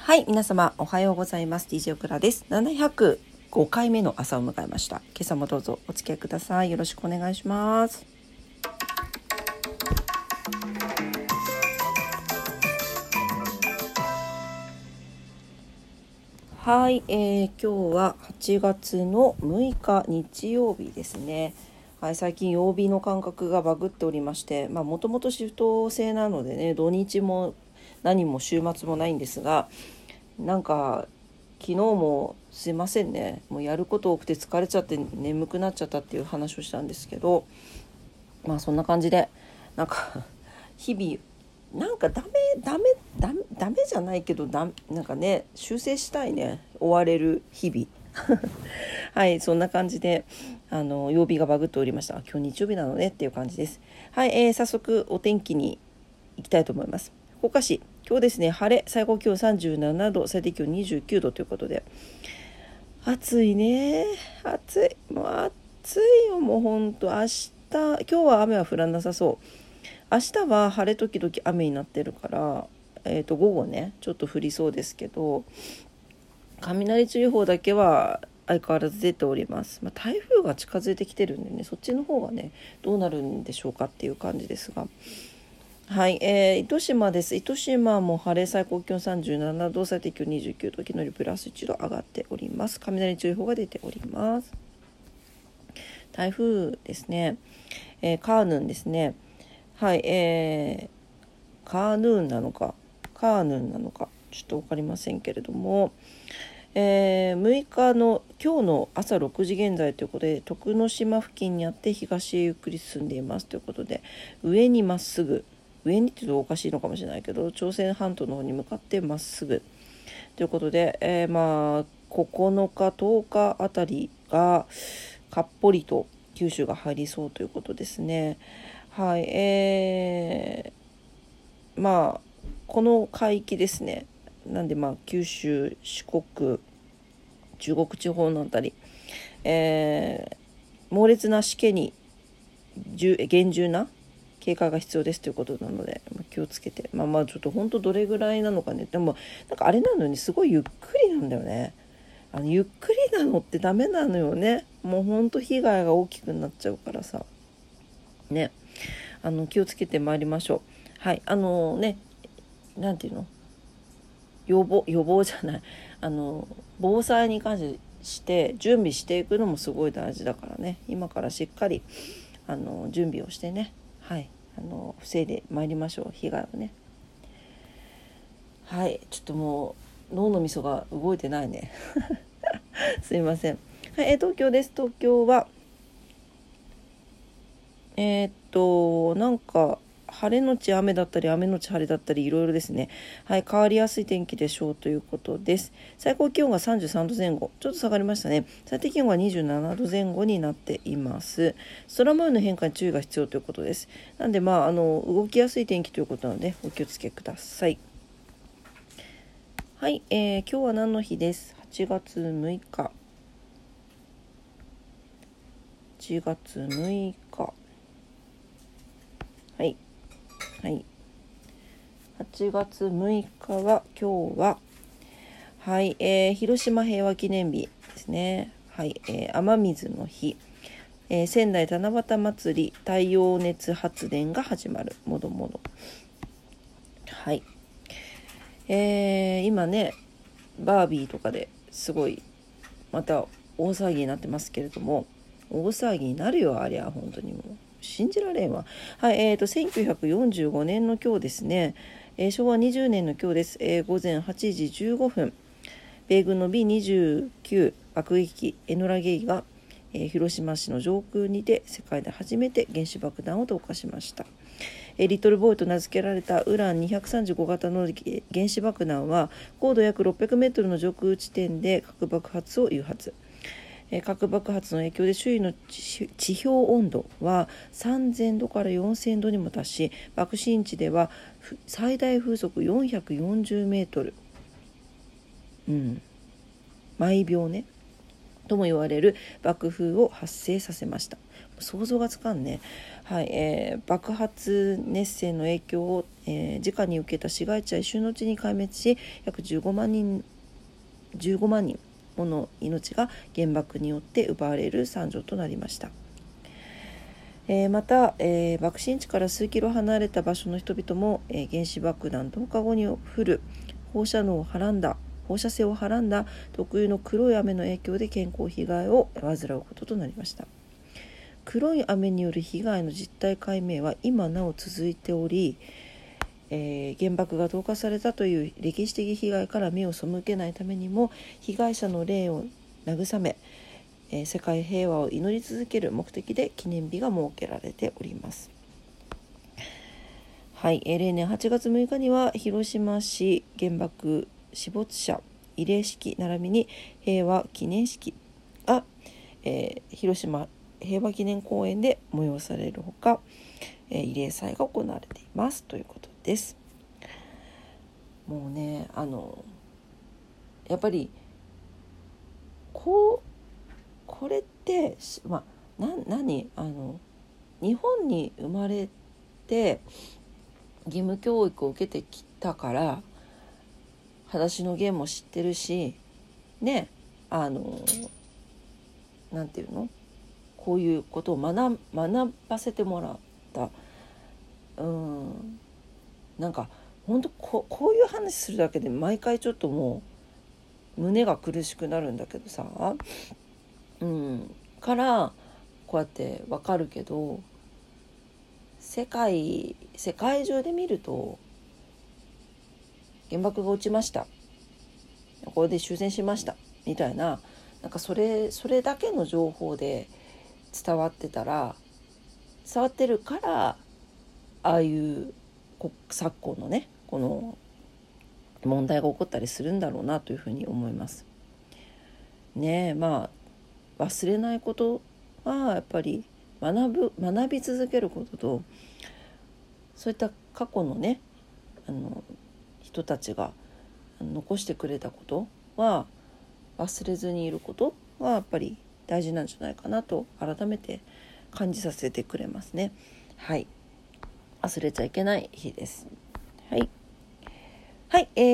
はい、皆様おはようございます。DJ オクラです。705回目の朝を迎えました。今朝もどうぞお付き合いください。よろしくお願いします。はい、今日は8月の6日日曜日ですね。はい、最近曜日の感覚がバグっておりまして、もともとシフト制なのでね、土日も何も週末もないんですが、なんか昨日もすいませんね、もうやること多くて疲れちゃって眠くなっちゃったっていう話をしたんですけど、そんな感じでなんか日々なんかダメじゃないけどなんかね、修正したいね、追われる日々はい、そんな感じで曜日がバグっておりました。今日日曜日なのねっていう感じです。はい、早速お天気に行きたいと思います。福岡市、今日ですね、晴れ、最高気温37度、最低気温29度ということで、暑いね、もう暑いよ、もうほんと。今日は雨は降らなさそう。明日は晴れ時々雨になってるから、午後ねちょっと降りそうですけど、雷注意報だけは相変わらず出ております。台風が近づいてきてるんでね、そっちの方がねどうなるんでしょうかっていう感じですが、はい、糸島です。糸島も晴れ、最高気温37度、最低気温29度、昨日よりプラス1度上がっております。雷注意報が出ております。台風ですね、カーヌンですね。はい、カーヌーンなのかちょっと分かりませんけれども、6日の今日の朝6時現在ということで、徳之島付近にあって東へゆっくり進んでいますということで、上にまっすぐ、上にって言うとおかしいのかもしれないけど、朝鮮半島の方に向かってまっすぐということで、9日10日あたりがかっぽりと九州が入りそうということですね。はい、この海域ですね。なんで九州、四国、中国地方のあたり、猛烈なしけに厳重な警戒が必要ですということなので、気をつけて、ちょっと本当どれぐらいなのかね。でもなんかあれなのにすごいゆっくりなんだよね。ゆっくりなのってダメなのよね。もう本当被害が大きくなっちゃうからさね、気をつけてまいりましょう。はい、なんていうの、予防じゃない、防災に関して準備していくのもすごい大事だからね、今からしっかり準備をしてね、はい、防いでまいりましょう、被害をね。はい、ちょっともう脳のみそが動いてないねすいません。はい、東京です。東京はなんか晴れのち雨だったり雨のち晴れだったりいろいろですね。はい、変わりやすい天気でしょうということです。最高気温が33度前後、ちょっと下がりましたね。最低気温が27度前後になっています。空模様の変化に注意が必要ということです。なんで動きやすい天気ということなのでお気をつけください。はい、今日は何の日です。8月6日。8月6日。はい。はい。8月6日は今日は、はい、広島平和記念日ですね。はい、雨水の日、仙台七夕祭り太陽熱発電が始まる、もどもど。はい、今ねバービーとかですごいまた大騒ぎになってますけれども、大騒ぎになるよ、ありゃ本当にもう信じられんわ。はい、1945年の今日ですね、昭和20年の今日です。午前8時15分、米軍の B29 爆撃機エノラゲイが、広島市の上空にて世界で初めて原子爆弾を投下しました。リトルボーイと名付けられたウラン235型の原子爆弾は高度約600メートルの上空地点で核爆発を誘発。核爆発の影響で周囲の地表温度は3000度から4000度にも達し、爆心地では最大風速440メートル、毎秒ねとも言われる爆風を発生させました。想像がつかんね。はい、爆発熱線の影響を、直に受けた市街地や一瞬のうちに壊滅し、約15万人もの命が原爆によって奪われる惨状となりました。また、爆心地から数キロ離れた場所の人々も、原子爆弾投下後に降る放射性をはらんだ特有の黒い雨の影響で健康被害を患うこととなりました。黒い雨による被害の実態解明は今なお続いており、原爆が投下されたという歴史的被害から目を背けないためにも、被害者の霊を慰め、世界平和を祈り続ける目的で記念日が設けられております。はい、例年8月6日には広島市原爆死没者慰霊式並びに平和記念式が、広島平和記念公園で催されるほか、慰霊祭が行われていますということです。もうね、やっぱりこれって、何日本に生まれて義務教育を受けてきたから裸足の弦も知ってるしね、なんていうの、こういうことを学ばせてもらった。なんか本当こういう話するだけで毎回ちょっともう胸が苦しくなるんだけどさ、からこうやってわかるけど、世界中で見ると原爆が落ちました、これで終戦しましたみたいな、なんかそれだけの情報で伝わってるからああいう昨今のねこの問題が起こったりするんだろうなというふうに思いますね。忘れないことはやっぱり学び続けることと、そういった過去のね人たちが残してくれたことは忘れずにいることはやっぱり大事なんじゃないかなと改めて感じさせてくれますね。はい、忘れちゃいけない日です。はい、はい、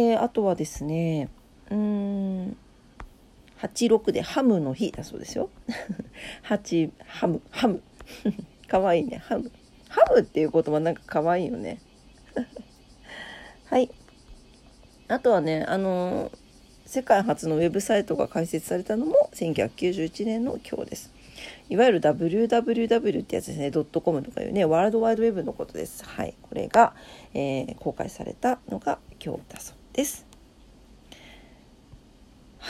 あとはですね、86でハムの日だそうですよ。ハムかわいいね。ハムっていう言葉なんかかわいいよね。はい、あとはね、世界初のウェブサイトが開設されたのも1991年の今日です。いわゆる www ってやつですね。.com とかいうね、ワールドワイドウェブのことです。はい、これが、公開されたのが今日だそうです。はい、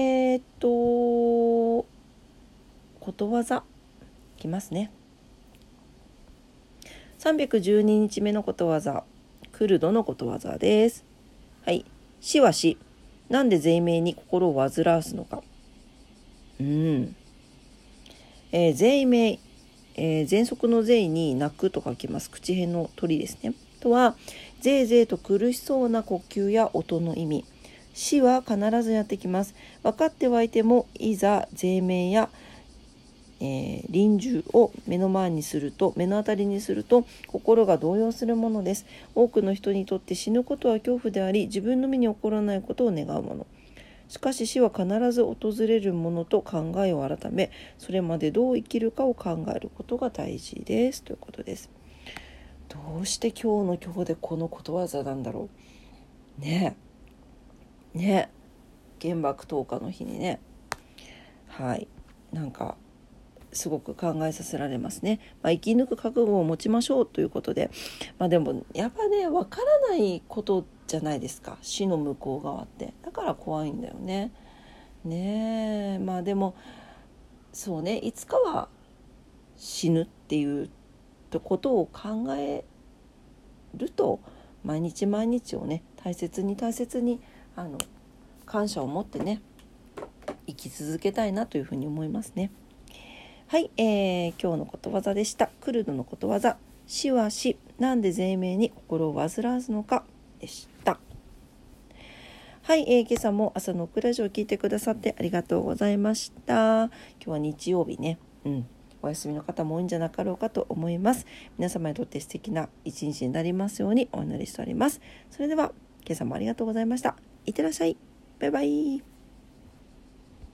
ことわざいきますね。312日目のことわざ、クルドのことわざです。はい、死は死、なんで税名に心を煩わすのか。税名、喘息の税に泣くと書きます。口辺の鳥ですね。とは、ぜいぜいと苦しそうな呼吸や音の意味。死は必ずやってきます。分かってはいても、いざ税名や、臨終を目の当たりにすると心が動揺するものです。多くの人にとって死ぬことは恐怖であり、自分の身に起こらないことを願うもの。しかし死は必ず訪れるものと考えを改め、それまでどう生きるかを考えることが大事ですということです。どうして今日の今日でこのことわざなんだろうね。原爆投下の日にね、はい、なんかすごく考えさせられますね。生き抜く覚悟を持ちましょうということで、でもやっぱね、わからないことじゃないですか、死の向こう側って。だから怖いんだよね。でもそうね、いつかは死ぬっていうことを考えると、毎日毎日をね大切に感謝を持ってね生き続けたいなというふうに思いますね。はい、今日のことわざでした。クルドのことわざ、死は死、なんで税名に心を煩わすのかでした。 はい、今朝も朝のオクラジオを聞いてくださってありがとうございました。今日は日曜日ね。お休みの方も多いんじゃなかろうかと思います。皆様にとって素敵な一日になりますようにお祈りしております。それでは今朝もありがとうございました。いってらっしゃい。バイバイ。